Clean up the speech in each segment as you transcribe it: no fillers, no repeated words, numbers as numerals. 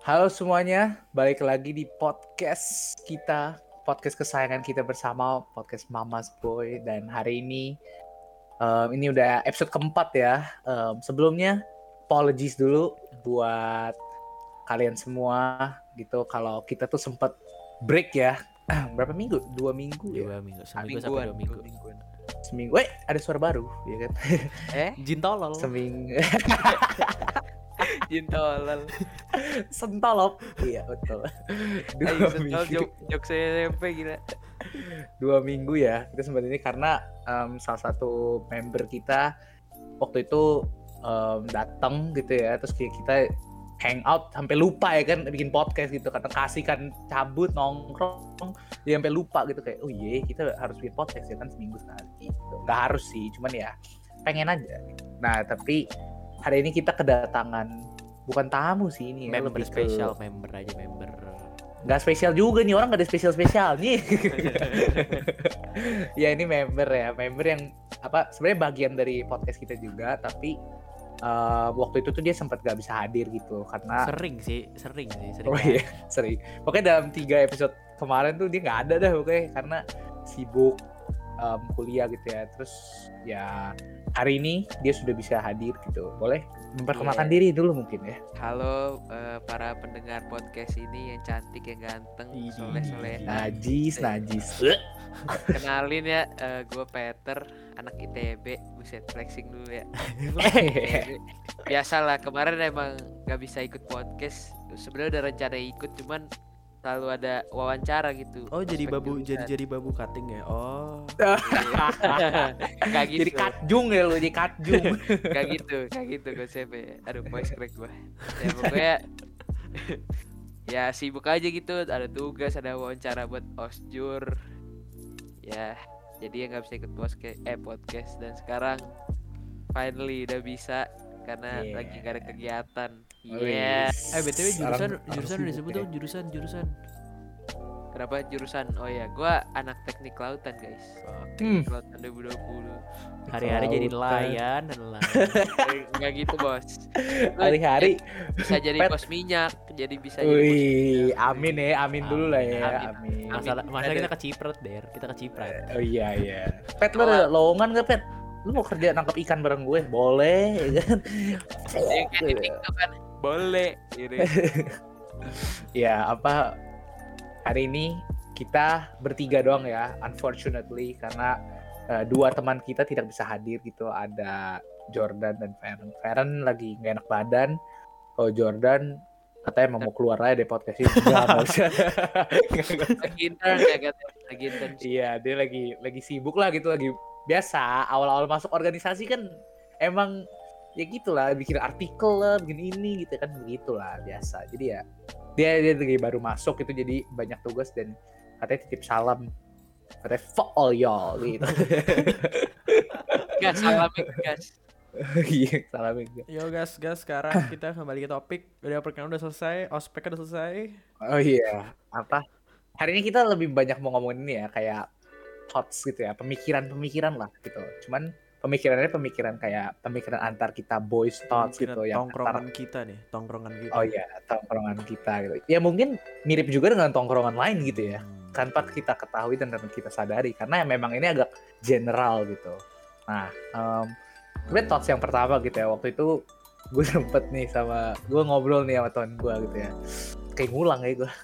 Halo semuanya, balik lagi di podcast kita, podcast kesayangan kita bersama, podcast Mama's Boy. Dan hari ini udah episode keempat ya. Sebelumnya, apologies dulu buat kalian semua gitu. Kalau kita tuh sempat break ya, berapa minggu? 2 minggu ya? 2 minggu, seminggu sampai 2 minggu. Seminggu, ada suara baru, ya kan? Jin tolol. Seminggu. Jin tolol. Sentolop. Iya betul. Jok SMP gila. 2 minggu ya kita sempat ini karena salah satu member kita waktu itu datang gitu ya, terus kita hangout sampai lupa ya kan bikin podcast gitu karena kasihkan cabut nongkrong dia sampai lupa gitu kayak oh iya kita harus bikin podcast ya kan seminggu sekali gitu. Nggak harus sih, cuman ya pengen aja. Nah tapi hari ini kita kedatangan bukan tamu sih ini ya, Member lebih spesial, ke... member aja member. Nggak spesial juga nih, orang nggak ada spesial nih. Ya ini member yang apa sebenarnya bagian dari podcast kita juga, tapi waktu itu tuh dia sempat nggak bisa hadir gitu karena Sering oh iya sering. Pokoknya dalam 3 episode kemarin tuh dia nggak ada dah pokoknya karena sibuk kuliah gitu ya. Terus ya hari ini dia sudah bisa hadir gitu. Boleh memperkenalkan diri dulu mungkin ya. Halo para pendengar podcast ini yang cantik, yang ganteng, soleh-soleh. Najis. Kenalin ya, gue Peter, anak ITB. Buset, flexing dulu ya. Biasalah, kemarin emang gak bisa ikut podcast. Sebenarnya udah rencana ikut, cuman selalu ada wawancara gitu. Oh jadi babu cutting ya. Oh. Kayak gitu. Jadi katjung ya lu, jadi katjung. Kayak gitu konsepnya. Aduh, voice crack gue. Ya pokoknya ya sibuk aja gitu, ada tugas, ada wawancara buat osjur. Ya, jadi ya nggak bisa ikut podcast dan sekarang finally udah bisa karena lagi gak ada kegiatan. Iya. BTW jurusan udah disebut dong, jurusan. Kenapa jurusan? Oh ya, gua anak teknik kelautan, guys. Teknik kelautan 2020. Hari-hari jadi nelayan. Enggak gitu, Bos. Hari-hari bisa jadi bos minyak, jadi bisa jadi bos minyak. Amin dulu lah ya. Amin. Masalah kita keciprat, kita keciprat. Oh iya. Pet lu ada lowongan enggak, Pet? Lu mau kerja nangkap ikan bareng gue? Boleh, ya kan? Yang kayak di TikTok kan. Boleh gitu. Ya, apa hari ini kita bertiga doang ya, unfortunately karena 2 teman kita tidak bisa hadir gitu. Ada Jordan dan Feren. Feren lagi nggak enak badan. Oh, Jordan katanya mau keluar aja dari podcast ini. Lagi intern ya katanya. Iya, dia lagi sibuk lah gitu, lagi biasa awal-awal masuk organisasi kan emang ya gitulah, bikin artikel lah, bikin ini gitu kan, begitulah biasa. Jadi ya dia lagi baru masuk itu, jadi banyak tugas dan katanya titip salam, katanya fuck all y'all gitu. Gas, salamin gas. Iya, salamin. Yo gas, sekarang kita kembali ke topik. Udah perkenalan udah selesai, ospek udah selesai. Oh iya, apa? Hari ini kita lebih banyak mau ngomongin ini ya, kayak thoughts gitu ya, pemikiran lah gitu. Cuman pemikiran kayak pemikiran antar kita boys thoughts gitu yang tongkrongan kita. Oh iya, tongkrongan kita gitu. Ya mungkin mirip juga dengan tongkrongan lain gitu ya. Tanpa kita ketahui dan tanpa kita sadari karena memang ini agak general gitu. Nah, sebenarnya thoughts yang pertama gitu ya, waktu itu gue sempet nih gue ngobrol nih sama teman gue gitu ya, kayak ngulang ya gue.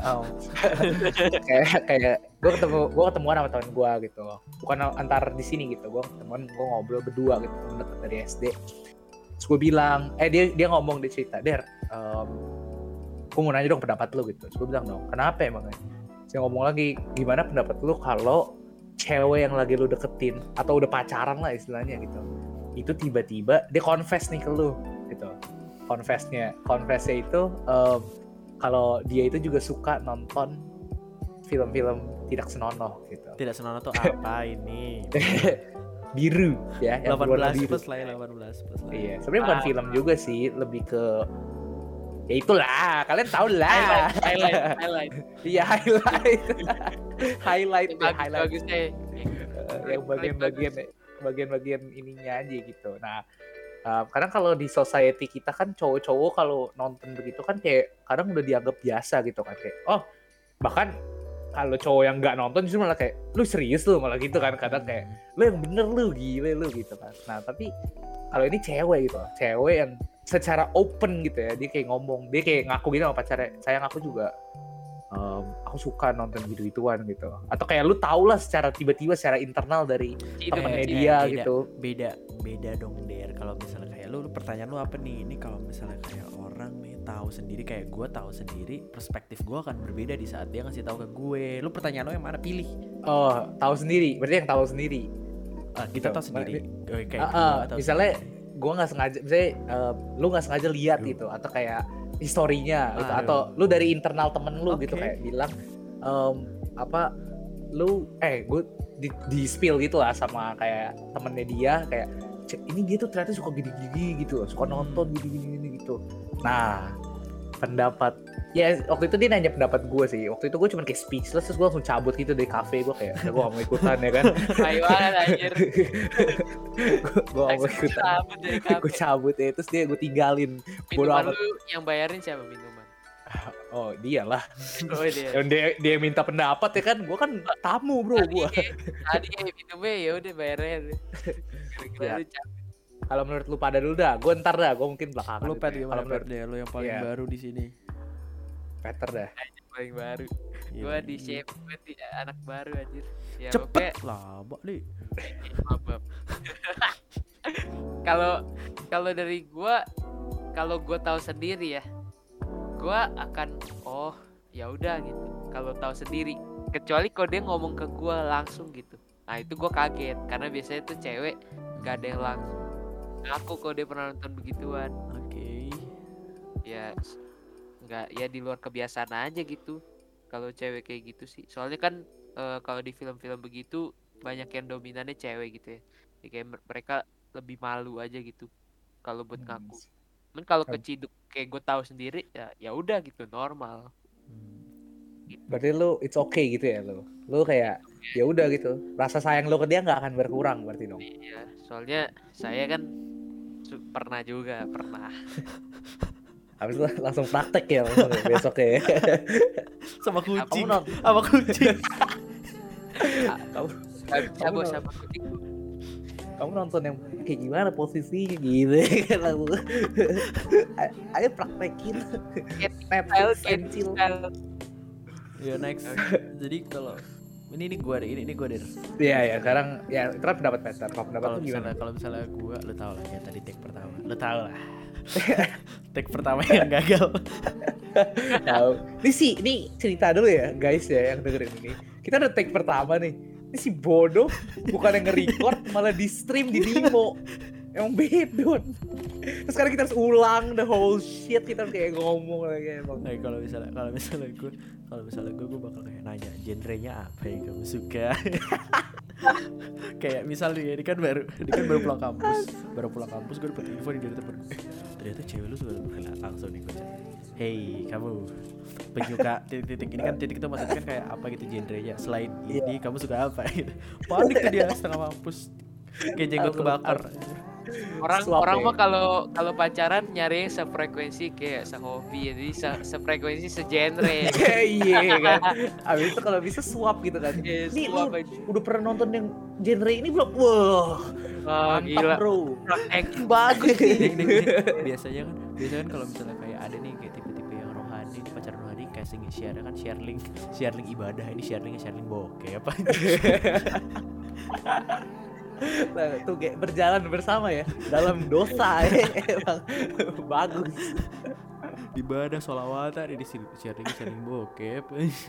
kayak gue ketemuan sama teman gue gitu, bukan antar di sini gitu, gue ngobrol berdua gitu, deket dari SD. Terus gue bilang, dia ngomong, dia cerita, gue mau nanya dong pendapat lu gitu. Terus gue bilang dong, kenapa emangnya? Saya ngomong lagi, gimana pendapat lu kalau cewek yang lagi lu deketin atau udah pacaran lah istilahnya gitu, itu tiba-tiba dia confess nih ke lu gitu. Confessnya itu kalau dia itu juga suka nonton film-film tidak senonoh gitu. Tidak senonoh tuh apa ini? Biru ya, yang 18 plus lah ya, 18 plus lah. Iya, sebenarnya bukan film juga sih, lebih ke ya itulah, kalian tahu lah. Highlight. Iya, highlight. Bagusnya yang bagian-bagian ininya aja gitu. Nah, karena kalau di society kita kan cowok-cowok kalau nonton begitu kan kayak kadang udah dianggap biasa gitu kan, kayak oh bahkan kalau cowok yang nggak nonton justru malah kayak lu serius lu malah gitu kan, kadang kayak lu yang bener lu gile lu gitu kan. Nah tapi kalau ini cewek gitu, cewek yang secara open gitu ya, dia kayak ngomong, dia kayak ngaku gitu sama pacarnya, sayang aku juga aku suka nonton gitu-gituan gitu, atau kayak lu tau lah secara tiba-tiba secara internal dari temennya dia gitu. Beda dong Der. Kalau misalnya kayak lu pertanyaan lu apa nih, ini kalau misalnya kayak orang nih tahu sendiri, kayak gue tahu sendiri, perspektif gue akan berbeda di saat dia ngasih tahu ke gue. Lu pertanyaan lu yang mana, pilih. Oh tahu sendiri, berarti yang tahu sendiri. Kita Gitu. tahu sendiri. Kayak Misalnya gue nggak sengaja, misalnya lu nggak sengaja lihat gitu, atau kayak historinya gitu, atau lu dari internal temen lu gitu kayak bilang lu gue di spill gitu lah sama kayak temennya dia, kayak ini dia tuh ternyata suka gini-gini gitu, suka nonton gini-gini gitu. Nah pendapat ya waktu itu dia nanya pendapat gue sih, waktu itu gue cuma kayak speechless, terus gue langsung cabut gitu dari kafe, gue kayak gue gak mau ikutan ya kan. Ayo anjir. Gue gak mau ikutan, gue cabut ya, terus dia gue tinggalin. Minuman lu yang bayarin siapa minuman? Oh dia lah. Oh dia. Dia minta pendapat ya kan, gue kan tamu bro gue. Tadi minumnya ya udah bayarnya. Ya. Kalau menurut lu pada dulu dah, gue ntar dah, gue mungkin belakangan. Lu Pet gitu ya. gimana Pet deh, lu yang paling baru di sini. Peter dah. Paling baru. Gue di shape, gue di anak baru anjir. Ya, cepet lama nih. Kalau dari gue, kalau gue tahu sendiri ya, gue akan ya udah gitu. Kalau tahu sendiri, kecuali kalau dia ngomong ke gue langsung gitu. Nah itu gue kaget, karena biasanya tuh cewek gak ada yang langsung ngaku kalau dia pernah nonton begituan. Oke. Ya nggak, ya di luar kebiasaan aja gitu kalau cewek kayak gitu sih. Soalnya kan kalau di film-film begitu banyak yang dominannya cewek gitu ya. Ya kayak mereka lebih malu aja gitu kalau buat ngaku. Men kalau keciduk kayak gue tahu sendiri ya udah gitu, normal. Berarti lu it's okay gitu ya lu. Lu kayak ya udah gitu. Rasa sayang lu ke dia nggak akan berkurang berarti dong. Iya, soalnya saya kan pernah. Habis itu langsung praktek ya besok ya. Sama kucing. Sama kucing. Sama kucing. Kamu nonton yang kayak gimana posisinya gitu kan langsung. Ayo praktekin. Netflix pencil. Ya next. Jadi kalau ini gue deh. Iya ya, sekarang ya itu kan pendapat Peter. Kalau gimana? Kalau misalnya gue, lu tau lah ya tadi take pertama. Lu tau lah. Take pertama yang gagal. Tahu. Ini cerita dulu ya guys ya yang dengerin ini. Kita udah take pertama nih. Ini si bodoh bukan yang nge-record malah di stream di Nimo. Emang bedon. Terus sekarang kita harus ulang the whole shit, kita kayak ngomong lagi emang. Nah, kalau misalnya gue bakal kayak nanya genrenya apa yang kamu suka. Kayak misalnya ini kan baru pulang kampus gue dapet info dari temen gue. Ternyata cewek lu suka berkenalan langsung nih gue. Hey kamu penyuka titik ini kan titik itu maksudnya kan kayak apa gitu genrenya, selain ini kamu suka apa gitu. Panik tuh dia setengah mampus kayak jenggot kebakar. Orang mah kalau pacaran nyari sefrekuensi kayak sehobi, jadi sefrekuensi segenre. Iya kan. Abis itu kalau bisa swap gitu kan. Nih lu udah pernah nonton yang genre ini belum? Wah, mantap gila bro. Bagus nih. Biasanya kan kalau misalnya kayak ada nih kayak tipe-tipe yang rohani, pacaran rohani casing share kan sharing ibadah, ini sharing bokeh apa. Nah, tuh kayak berjalan bersama ya dalam dosa ya. Emang bagus. Ibadah sholawatan ini sharing bokep.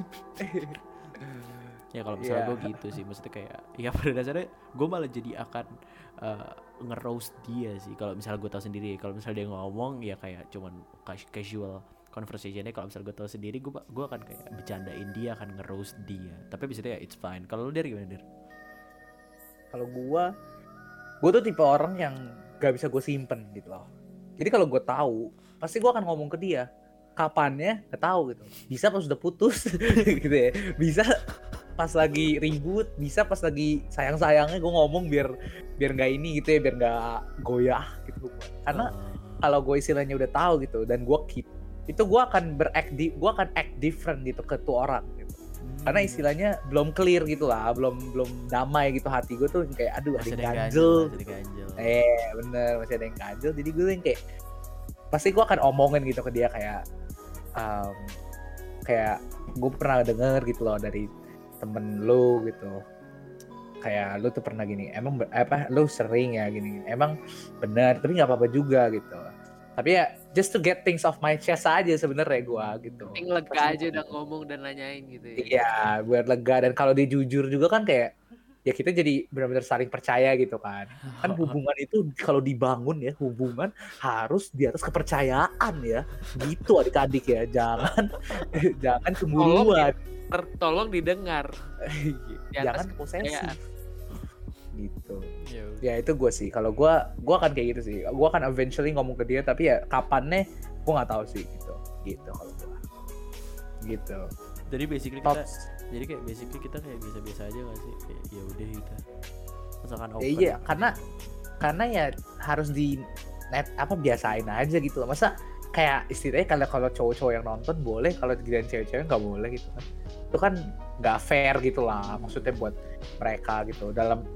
Ya kalau misalnya gue gitu sih, maksudnya kayak ya pada dasarnya gue malah jadi akan nge-roast dia sih kalau misalnya gue tahu sendiri. Kalau misalnya dia ngomong ya kayak cuman casual conversationnya, kalau misalnya gue tahu sendiri gue akan kayak bercandain dia, akan nge-roast dia. Tapi biasanya ya it's fine. Kalau lu dari gimana dir? Kalau gue tuh tipe orang yang gak bisa gue simpen gitu loh. Jadi kalau gue tahu, pasti gue akan ngomong ke dia. Kapannya gak tahu gitu. Bisa pas udah putus gitu ya. Bisa pas lagi ribut, bisa pas lagi sayang-sayangnya gue ngomong biar gak ini gitu ya, biar gak goyah gitu. Karena kalau gue istilahnya udah tahu gitu dan gue keep, itu gue akan act different gitu ke tuh orang gitu. Karena istilahnya belum clear gitu lah, belum damai gitu hati gue tuh kayak aduh ada Masih yang ada ganjel. ganjel. Bener, masih ada yang ganjel. Jadi gue yang kayak pasti gue akan omongin gitu ke dia kayak gue pernah denger gitu loh dari temen lu gitu, kayak lu tuh pernah gini, emang lu sering ya gini, emang benar tapi nggak apa-apa juga gitu, tapi ya just to get things off my chest aja sebenarnya gue gitu. Penting lega aja udah ngomong dan nanyain gitu ya. Iya, buat lega. Dan kalau dia jujur juga kan kayak ya kita jadi benar-benar saling percaya gitu kan. Kan hubungan itu kalau dibangun ya, hubungan harus di atas kepercayaan ya. Gitu adik-adik ya. Jangan cemburuan. Tolong didengar. Di atas Jangan posesif. kepercayaan. Gitu. Ya udah. Ya itu gue sih. Kalau gue akan kayak gitu sih. Gue akan eventually ngomong ke dia, tapi ya kapannya gue nggak tahu sih gitu. Gitu kalau gue. Gitu. Jadi basically kita kayak biasa-biasa aja nggak sih, kayak ya udah gitu misalkan open. Iya, karena ya harus di biasain aja gitu loh. Masa kayak istilahnya kalau cowok-cowok yang nonton boleh, kalau giliran cewek-cewek nggak boleh gitu kan. Itu kan nggak fair gitu lah, maksudnya buat mereka gitu. Dalam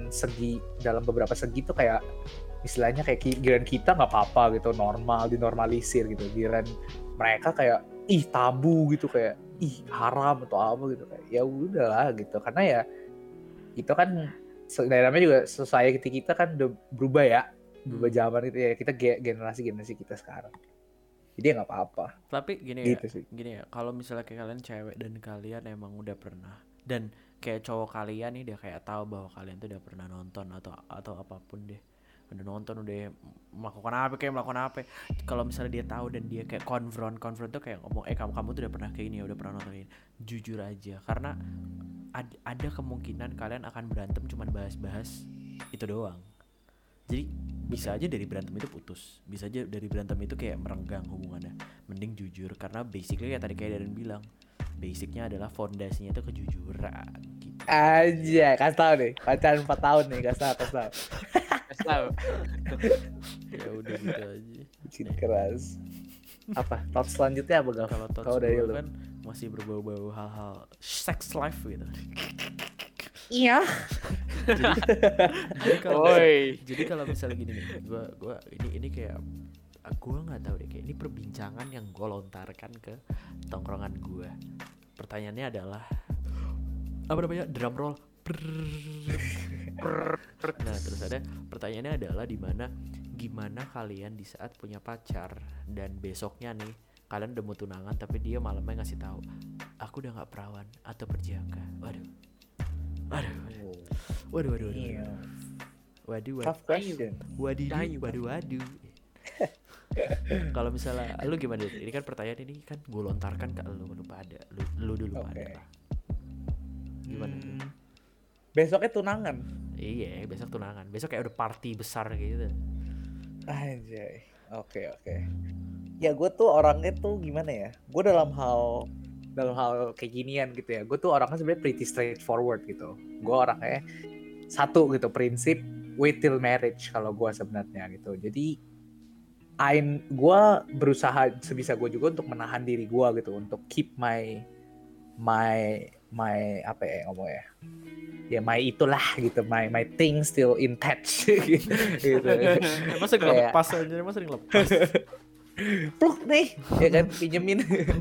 beberapa segi tuh kayak istilahnya kayak giliran kita nggak apa-apa gitu, normal, dinormalisir gitu. Giliran mereka kayak tabu gitu, kayak haram atau apa gitu, kayak ya udahlah gitu. Karena ya itu kan namanya juga society kita kan udah berubah zaman itu ya, kita generasi kita sekarang, jadi ya nggak apa-apa. Tapi gini gitu ya kalau misalnya kayak kalian cewek dan kalian emang udah pernah, dan kayak cowok kalian nih dia kayak tahu bahwa kalian tuh udah pernah nonton atau apapun deh, udah nonton, udah melakukan apa, kalau misalnya dia tahu dan dia kayak confront tuh kayak ngomong kamu tuh udah pernah kayak ini ya, udah pernah nonton ini, jujur aja, karena ada kemungkinan kalian akan berantem cuman bahas-bahas itu doang. Jadi bisa aja dari berantem itu putus, bisa aja dari berantem itu kayak merenggang hubungannya. Mending jujur, karena basically kayak tadi kayak Darren bilang, basicnya adalah fondasinya itu kejujuran gitu. Aja, kasih tau nih, pacaran 4 tahun nih, kasih tau. Ya udah gitu aja. Cinta keras. Apa? Thoughts selanjutnya apa Gav? Kalau thoughts dari gue lu kan masih berbau-bau hal-hal sex life gitu. Iya. Jadi kalau misalnya gini nih, gue ini kayak gue nggak tahu deh, kayak ini perbincangan yang gue lontarkan ke tongkrongan gue. Pertanyaannya adalah apa namanya, drum roll. Nah terus ada pertanyaannya adalah gimana kalian di saat punya pacar dan besoknya nih kalian udah mau tunangan tapi dia malamnya ngasih tahu aku udah nggak perawan atau berjaka. Waduh. Iya. Waduh. Tough question. Waduh. Kalau misalnya lu gimana? Ini kan pertanyaan ini kan gue lontarkan ke lu pada. Lu dulu pada. Gimana? Besoknya tunangan. Iya, besok tunangan. Besok kayak udah party besar gitu. Anjay. Oke. Ya gue tuh orangnya tuh gimana ya? Gue dalam hal kayak ginian gitu ya. Gue tuh orangnya sebenarnya pretty straightforward gitu. Gue orangnya satu gitu, prinsip wait till marriage kalau gue sebenarnya gitu. Jadi gue berusaha sebisa gue juga untuk menahan diri gue gitu, untuk keep my apa ya ngomongnya ya, my itulah gitu, my thing still in touch gitu. Masa nggak lepas aja, masa ngelepas. Pluk nih ya kan, pinjemin.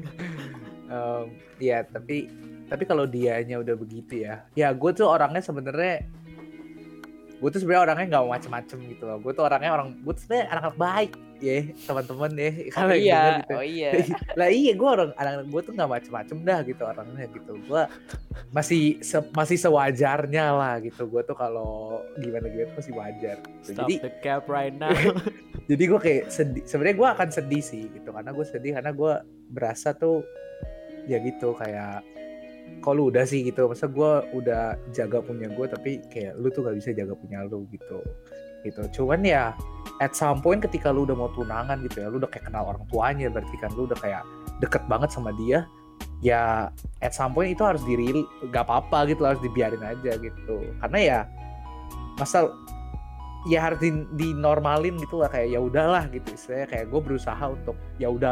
Ya tapi kalau dianya udah begitu ya gue tuh orangnya sebenarnya orangnya nggak macem-macem gitu loh. Gue tuh sebenarnya anak baik ya teman-teman ya. Oh iya, gitu. oh iya. Lah iya, gue tuh nggak macem-macem dah gitu orangnya gitu. Gue masih sewajarnya lah gitu. Gue tuh kalau gimana tuh masih wajar. Gitu. Stop the cap right now. Jadi gue kayak sedih. Sebenarnya gue akan sedih sih gitu, karena gue sedih karena gue berasa tuh ya gitu kayak kok lu udah sih gitu, masa gue udah jaga punya gue tapi kayak lu tuh gak bisa jaga punya lu gitu. Cuman ya at some point ketika lu udah mau tunangan gitu ya, lu udah kayak kenal orang tuanya, berarti kan lu udah kayak deket banget sama dia ya, at some point itu harus gak apa-apa gitu, harus dibiarin aja gitu. Karena ya masa ya harus dinormalin gitu lah, kayak ya udahlah gitu istilahnya, kayak gue berusaha untuk ya udahlah gitu.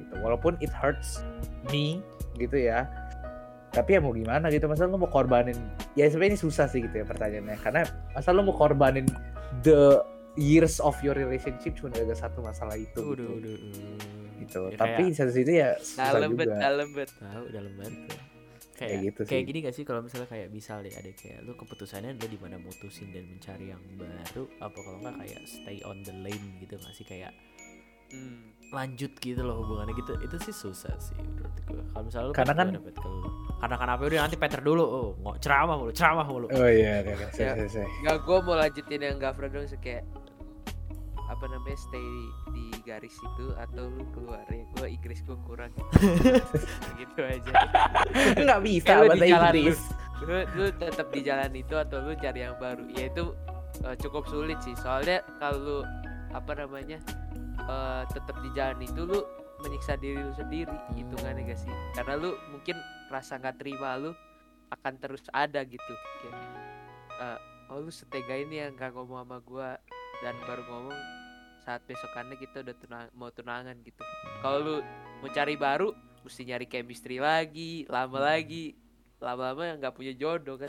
gitu. Walaupun it hurts me gitu ya, tapi ya mau gimana gitu, masa lu mau korbanin, ya sebenarnya ini susah sih gitu ya pertanyaannya, karena masa lu mau korbanin the years of your relationship cuma gara satu masalah itu gitu. Ya, Tapi di satu sisi ya susah Dalam juga. bet. Tahu dalam banget. Kayak gitu kayak sih. gini gak sih kalau misalnya kayak misal deh ada kayak lu keputusannya lu di mana mutusin dan mencari yang baru, apa kalau nggak kayak stay on the lane gitu nggak sih, kayak lanjut gitu loh hubungannya gitu. Itu sih susah sih menurut gue. Kalau misalnya lu Karena kan dapet ke lu, karena kenapa udah nanti Peter dulu, nggak ceramah mulu. Oh iya, saya. Nggak, gue mau lanjutin yang Gafra dong, kayak apa namanya, stay di garis itu atau lu keluar. Ya gue Inggris gue kurang gitu aja. Nggak bisa Kayak lu bahasa di jalan Inggris. lu tetap di jalan itu atau lu cari yang baru, ya itu cukup sulit sih, soalnya kalau lu apa namanya tetap di jalan itu lu menyiksa diri lu sendiri hitungannya gak sih, karena lu mungkin rasa nggak terima lu akan terus ada gitu, kayak oh lu setega ini ya nggak ngomong sama gua dan baru ngomong saat besokannya kita udah mau tunangan gitu. Kalau lu mau cari baru mesti nyari chemistry lagi, lama-lama nggak punya jodoh kan.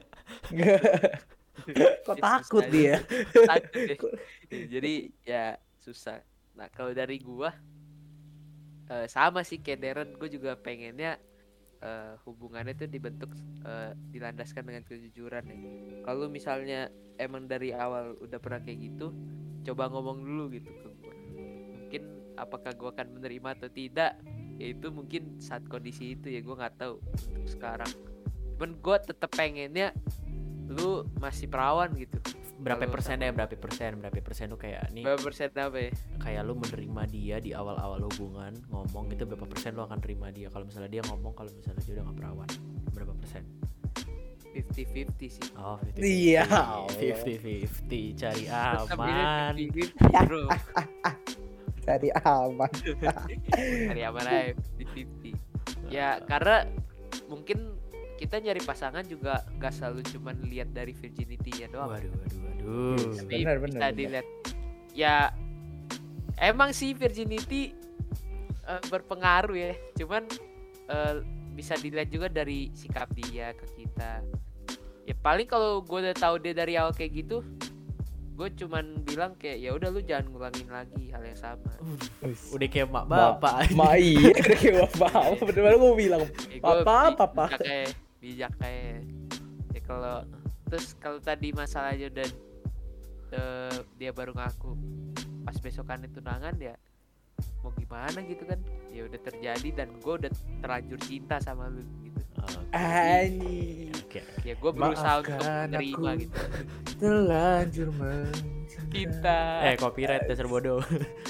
Kok takut dia? Takut ya. Jadi ya susah. Nah kalau dari gua sama sih kayak Darren, gue juga pengennya hubungannya tuh dibentuk dilandaskan dengan kejujuran ya. Kalau misalnya emang dari awal udah pernah kayak gitu, coba ngomong dulu gitu ke gue. Mungkin apakah gue akan menerima atau tidak, ya itu mungkin saat kondisi itu ya, gue nggak tahu untuk sekarang. Cuman gue tetap pengennya lu masih perawan gitu. Berapa persen tuh kayak nih, berapa persen apa ya? kayak lu menerima dia di awal-awal hubungan ngomong gitu, berapa persen lu akan terima dia kalau misalnya dia ngomong, kalau misalnya dia udah gak perawan, berapa persen? 50-50 sih. Oh, 50-50. Iya. 50-50 cari aman. 50-50 bro. Cari aman. Cari aman aja 50-50. Ya karena mungkin kita nyari pasangan juga gak selalu cuman lihat dari virginity-nya doang. Waduh. Tapi Benar. bisa dilihat. Ya emang sih virginity berpengaruh ya. Cuman bisa dilihat juga dari sikap dia ke kita. Ya paling kalau gue udah tahu dia dari awal kayak gitu, gue cuman bilang kayak ya udah lu jangan ngulangin lagi hal yang sama. Udah kayak mak bapak. Iya, udah kayak bapak. Bener-bener gue bilang papa. Bijak kayak. Ya kalau tadi masalahnya udah dia baru ngaku pas besokan tunangan, ya mau gimana gitu kan, ya udah terjadi dan gue udah terlanjur cinta sama lu gitu. Oke. Ya gue berusaha untuk menerima gitu. Terlanjur mencinta. Copyright dasar bodoh.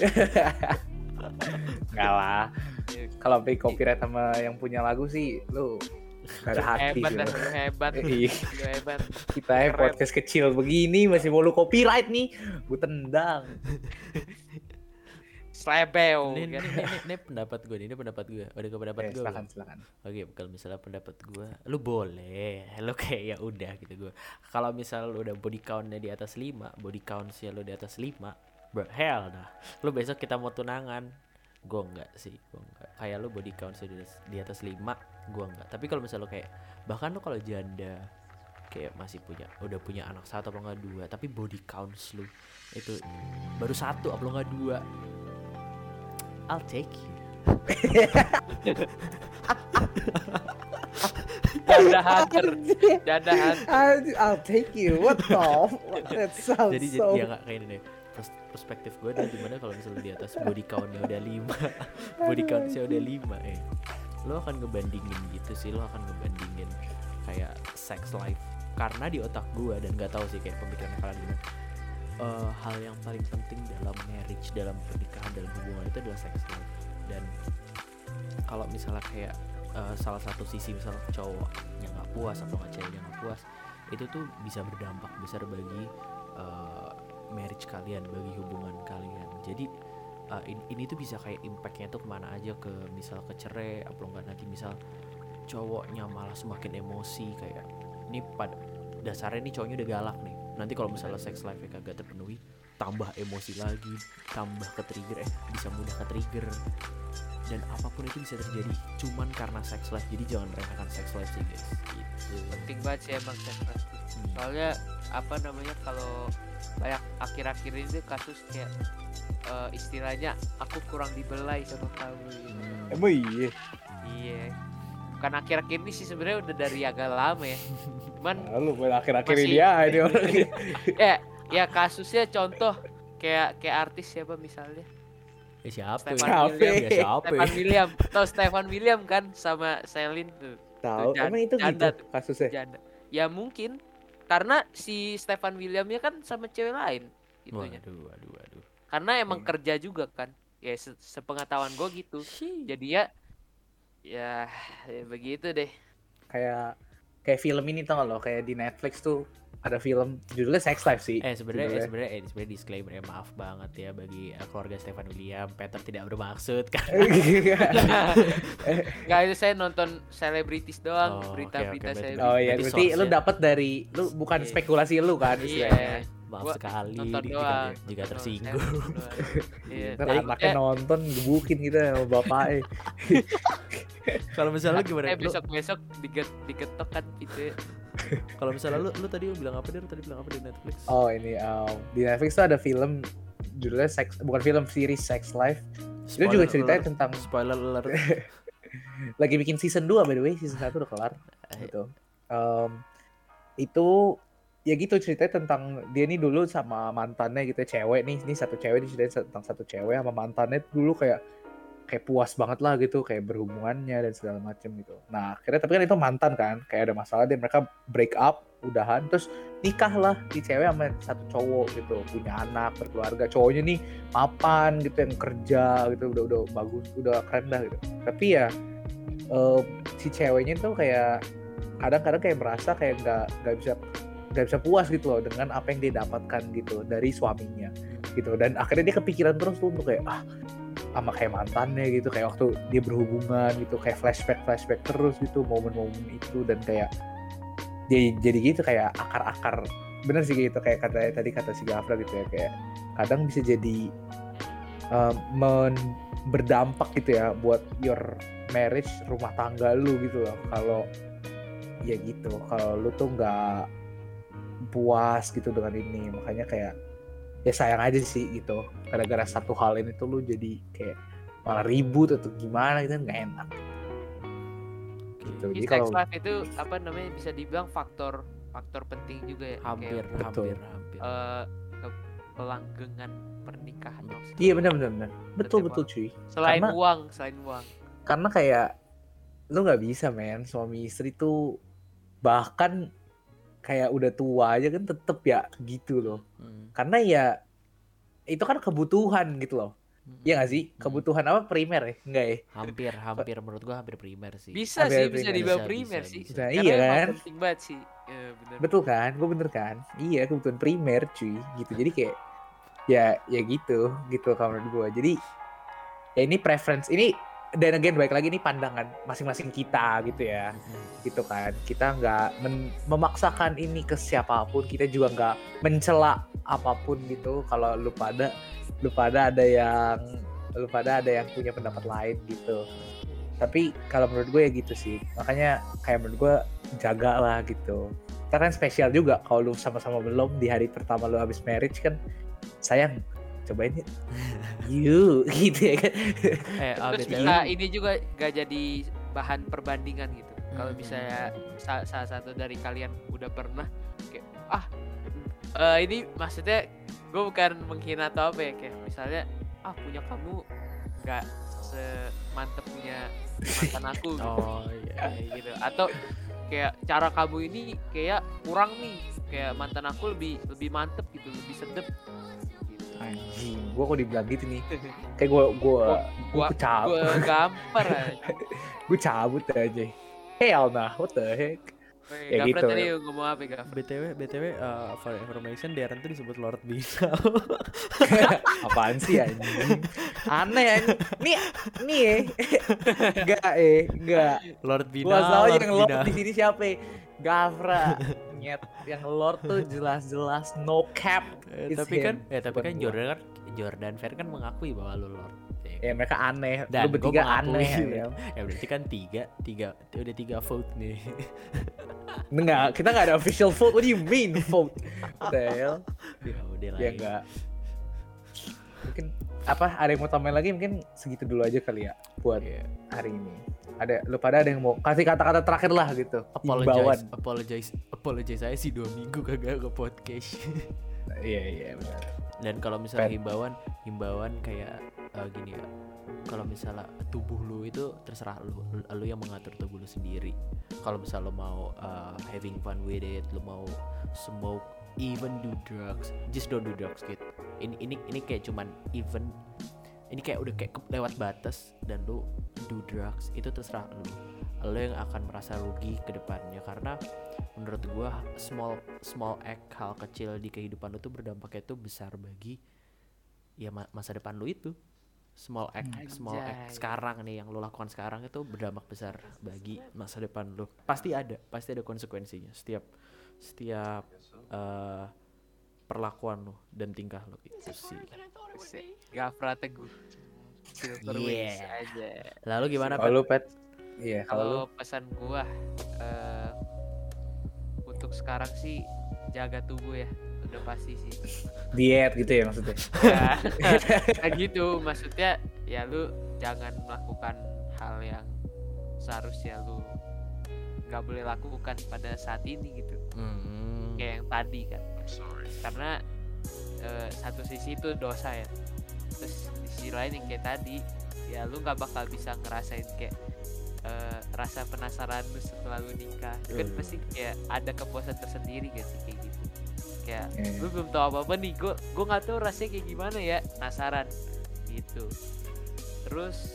Enggak lah. Kalau pakai copyright sama yang punya lagu sih lu gak ada hati hebat sih. dah, lu hebat. Iya. Lu hebat. Kita podcast kecil begini masih mau lu copyright nih, gue tendang. Slebeo Ini kan. pendapat gue. Udah ke pendapat gue. Silakan. Oke, kalau misalnya pendapat gue, lu boleh, lu kayak ya udah gitu gue. Kalau misal lu udah body count-nya di atas 5, body count-nya lu di atas 5, bro, hell dah. Lu besok kita mau tunangan. Gue enggak sih, Kayak lu body count-nya di atas 5, gue enggak. Tapi kalau misal lu kayak, bahkan lu kalau janda kayak masih udah punya anak 1 atau enggak 2, tapi body counts lu itu baru 1 atau enggak 2, I'll take you. Janda hunter. I'll take you. What the? That sounds Jadi so. ya nggak kayak ini deh. Perspektif gue adalah gimana kalau misalnya di atas body count-nya udah 5, body count-nya udah 5 lo akan ngebandingin gitu sih, lo akan ngebandingin kayak sex life, karena di otak gue, dan nggak tahu sih kayak pemikiran kalian gimana, hal yang paling penting dalam marriage, dalam pernikahan, dalam hubungan itu adalah sex life. Dan kalau misalnya kayak salah satu sisi, misalnya cowok yang nggak puas atau cewek yang nggak puas, itu tuh bisa berdampak besar bagi marriage kalian, bagi hubungan kalian. Jadi ini tuh bisa kayak impactnya tuh kemana aja, ke misal ke cerai, atau enggak nanti misal cowoknya malah semakin emosi, kayak ini pada dasarnya nih cowoknya udah galak nih, nanti kalau misalnya sex life kagak terpenuhi, tambah emosi lagi, tambah ke trigger, bisa mudah ke trigger. dan apapun itu bisa terjadi cuman karena sex life. Jadi jangan meremehkan sex life sih guys. Gitu. Penting banget sih emang sex life. Soalnya apa namanya, kalau banyak akhir-akhir ini tuh kasus kayak istilahnya aku kurang dibelai sama kamu gitu. Emang iya. Iya. Bukan akhir-akhir ini sih, sebenarnya udah dari agak lama ya. Cuman Lalu buat akhir-akhir masih- ini dia orang. ya kasusnya contoh kayak artis siapa misalnya? Siapa? Stefan Ya? William. Siapa? Stefan William. Tahu Stefan William kan sama Celine tuh. Tahu. Tuh, Emang itu janda gitu tuh. kasusnya. Janda. Ya mungkin karena si Stefan Williamnya kan sama cewek lain itunya. Waduh. Karena emang kerja juga kan. Ya sepengetahuan gue gitu. Jadi ya begitu deh. Kayak film ini tau gak lo, kayak di Netflix tuh ada film judulnya Sex Life sih. Sebenarnya disclaimer ya, maaf banget ya bagi keluarga Stefan William. Peter tidak bermaksud kan. Enggak, itu saya nonton selebritis doang, Oh, berita-berita oke, selebritis. Oh iya, Berarti berarti lu source-nya. dapat dari lu bukan Iya. spekulasi lu kan istilahnya. Iya. Maaf Gua sekali nonton jika, doang. jika Nonton tersinggung. selebritis doang. Iya. Ntar Jadi, anaknya nonton gebukin gitu sama bapaknya. Kalau misalnya lu gimana? Lu, besok digetok kan gitu. kalau misalnya lu tadi bilang apa dia? Tadi bilang apa di Netflix? Oh ini di Netflix tuh ada film judulnya bukan film, series Sex Life. Itu juga ceritanya tentang spoiler alert. lagi bikin season 2 by the way, season 1 udah kelar gitu. Itu ya gitu ceritanya tentang dia nih dulu sama mantannya gitu, cewek nih, ini satu cewek diceritain tentang satu cewek sama mantannya dulu kayak puas banget lah gitu, kayak berhubungannya dan segala macem gitu. Nah akhirnya tapi kan itu mantan kan, kayak ada masalah dia, mereka break up, udahan, terus nikah lah di cewek sama satu cowok gitu, punya anak, berkeluarga. Cowoknya nih mapan gitu, yang kerja gitu, udah bagus, udah keren dah gitu. Tapi ya si ceweknya tuh kayak kadang-kadang kayak merasa kayak nggak bisa puas gitu loh dengan apa yang dia dapatkan gitu dari suaminya gitu, dan akhirnya dia kepikiran terus tuh untuk kayak sama kayak mantannya gitu, kayak waktu dia berhubungan gitu, kayak flashback terus gitu momen-momen itu, dan kayak dia jadi gitu kayak akar-akar, bener sih gitu kayak kata si Gafra gitu ya, kayak kadang bisa jadi berdampak gitu ya buat your marriage, rumah tangga lu gitu loh, kalau ya gitu, kalau lu tuh nggak puas gitu dengan ini, makanya kayak ya sayang aja sih gitu, gara-gara satu hal ini tuh lu jadi kayak malah ribut atau gimana gitu, nggak enak gitu. Di Jadi sex kalau life itu apa namanya, bisa dibilang faktor penting juga ya. Hampir Betul. Pelanggengan pernikahan. iya benar betul cuy, Selain Karena- uang. karena kayak lu nggak bisa suami istri tuh bahkan kayak udah tua aja kan tetep ya gitu loh, karena ya itu kan kebutuhan gitu loh. Iya gak sih? Kebutuhan apa, primer ya? Enggak ya? Hampir menurut gua hampir primer sih. Bisa Hampir sih, primer. bisa dibilang Bisa, primer bisa, sih. bisa. Nah, Karena iya emang kan? penting banget sih. Ya, bener. Betul kan? Gue bener kan? Iya, kebutuhan primer cuy gitu. Jadi kayak ya gitu kalau menurut gue. Jadi ya ini preference, ini dan again baik lagi, ini pandangan masing-masing kita gitu ya. Gitu kan. Kita nggak memaksakan ini ke siapapun, kita juga nggak mencela apapun gitu. Kalau lu pada ada yang punya pendapat lain gitu. Tapi kalau menurut gue ya gitu sih, makanya kayak menurut gue jaga lah gitu. Kita kan spesial juga kalau lu sama-sama belum di hari pertama lu habis marriage kan, sayang cobain yuk gitu ya kan. Terus BTW, bisa ini juga gak jadi bahan perbandingan gitu. Kalau misalnya salah satu dari kalian udah pernah kayak ini maksudnya gue bukan menghina atau apa ya, kayak misalnya punya kamu nggak semantep punya mantan aku gitu. oh iya. Kayak gitu, atau kayak cara kamu ini kayak kurang nih, kayak mantan aku lebih mantep gitu, lebih sedep gitu. Anjing, gue kok dibilang gitu nih, kayak gue Gampar aja. gue cabut aja. Hell nah, what the heck. Ya Gafra gitu. tadi ngomong apa ya, Gafra? BTW for information Darren tuh disebut Lord Bisa. Apaan sih anjing? Aneh anjing. Nih ya. Enggak. Lord Bina. Gua tahu Lord yang Lord Bina. di sini siapa? Gafra. Nyet, yang Lord tuh jelas-jelas no cap. Tapi kan Bukan gua. Jordan Fair kan mengakui bahwa lu Lord. Ya Ya mereka aneh. Dan Lu bertiga gua mengakui, aneh ya. ya berarti kan udah 3 vote nih. Enggak, kita enggak ada official vote. What do you mean vote? What the hell? Ya udah lah. Ya enggak. Mungkin ada yang mau tambahin lagi, mungkin segitu dulu aja kali ya buat Iya. hari ini. Lu pada ada yang mau kasih kata-kata terakhir lah gitu. Himbauan. Apologize saya sih 2 minggu kagak ke podcast. Iya benar. Dan kalau misalnya himbauan kayak gini ya. Kalau misalnya tubuh lu itu terserah lu yang mengatur tubuh lu sendiri. Kalau misalnya lu mau having fun with it, lu mau smoke, even do drugs, just don't do drugs gitu. Ini kayak cuman ini kayak udah kayak lewat batas dan lu do drugs, itu terserah lu yang akan merasa rugi ke depannya. Karena menurut gua small act, hal kecil di kehidupan lu tuh berdampaknya tuh besar bagi ya masa depan lu itu. Small act sekarang nih yang lu lakukan sekarang itu berdampak besar bagi masa depan lu. Pasti ada konsekuensinya setiap perlakuan lu dan tingkah lu itu sih. Gafra Teguh. Silver Wings aja. Lalu gimana Kalau lu Pet? Iya, kalau lu Kalau pesan gua untuk sekarang sih jaga tubuh ya. Udah pasti sih. diet gitu ya maksudnya. Ya, kayak gitu maksudnya ya lu jangan melakukan hal yang seharusnya lu nggak boleh lakukan pada saat ini gitu. Kayak yang tadi kan. Karena satu sisi itu dosa ya. Terus di sisi lain yang kayak tadi ya lu nggak bakal bisa ngerasain kayak rasa penasaran lu setelah lu nikah. Kan pasti kayak ada kepuasan tersendiri gak sih kayak gitu. Kayak lu belum tahu apa-apa nih, gue nggak tahu rasanya kayak gimana ya, penasaran gitu. Terus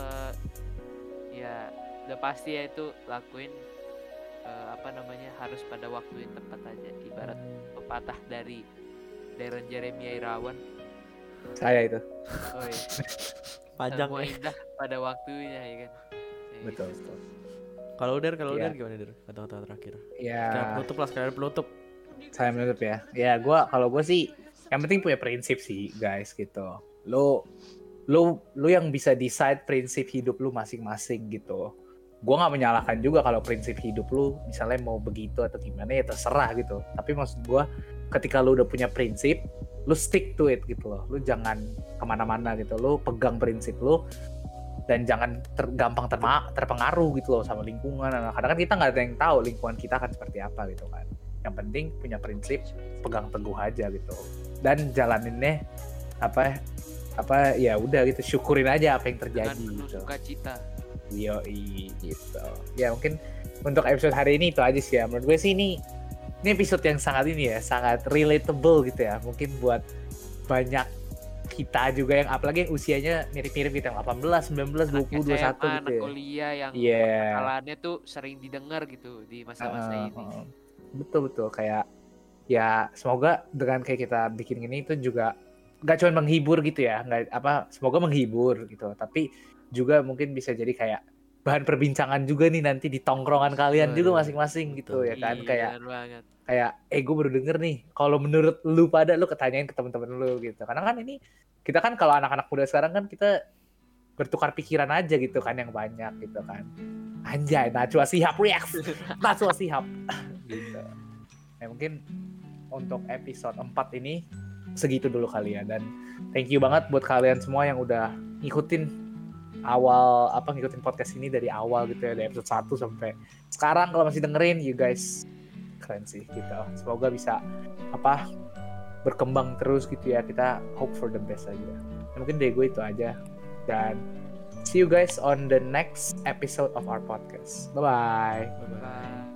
ya udah pasti ya itu lakuin harus pada waktu yang tepat aja. Ibarat pepatah dari Darren Jeremiah Irawan. Saya itu. Oh iya. Panjang Semua indah pada waktunya ya kan. Ya Betul. gitu. Kalau udah gimana Der? Kata-kata terakhir. Ya. Sekalian penutup. Saya menutup ya. Ya kalau gue sih yang penting punya prinsip sih guys gitu. Lu yang bisa decide prinsip hidup lu masing-masing gitu. Gue nggak menyalahkan juga kalau prinsip hidup lu misalnya mau begitu atau gimana ya terserah gitu. Tapi maksud gue ketika lu udah punya prinsip, lu stick to it gitu loh. Lu jangan kemana-mana gitu. Lu pegang prinsip lu dan jangan gampang terpengaruh gitu loh sama lingkungan. Kadang kan kita nggak ada yang tahu lingkungan kita akan seperti apa gitu kan. Yang penting punya prinsip, pegang teguh aja gitu. Dan jalaninnya ya udah gitu, syukurin aja apa yang terjadi Dengan penuh gitu. sukacita. Yoi gitu. Ya mungkin untuk episode hari ini itu aja sih ya. Menurut gue sih ini episode yang sangat relatable gitu ya. Mungkin buat banyak kita juga yang apalagi yang usianya mirip-mirip gitu, yang 18, 19, 20, 21 gitu anak ya. kuliah yang kesalahannya tuh sering didengar gitu di masa-masa ini. Betul kayak ya semoga dengan kayak kita bikin gini itu juga nggak cuma menghibur gitu ya, semoga menghibur gitu, tapi juga mungkin bisa jadi kayak bahan perbincangan juga nih nanti di tongkrongan kalian juga masing-masing gitu ya kan. Kayak gue baru denger nih, kalau menurut lu pada lu ketanyain ke temen-temen lu gitu. Karena kan ini kita kan kalau anak-anak muda sekarang kan kita bertukar pikiran aja gitu kan yang banyak gitu kan. Anjay, Najwa Shihab react. Najwa Shihab. Gitu. Ya mungkin untuk episode 4 ini segitu dulu kali ya, dan thank you banget buat kalian semua yang udah ngikutin podcast ini dari awal gitu ya, dari episode 1 sampai sekarang. Kalau masih dengerin, you guys keren sih gitu. Semoga bisa berkembang terus gitu ya. Kita hope for the best aja. Ya, mungkin dari gue itu aja, dan see you guys on the next episode of our podcast. Bye-bye. Bye.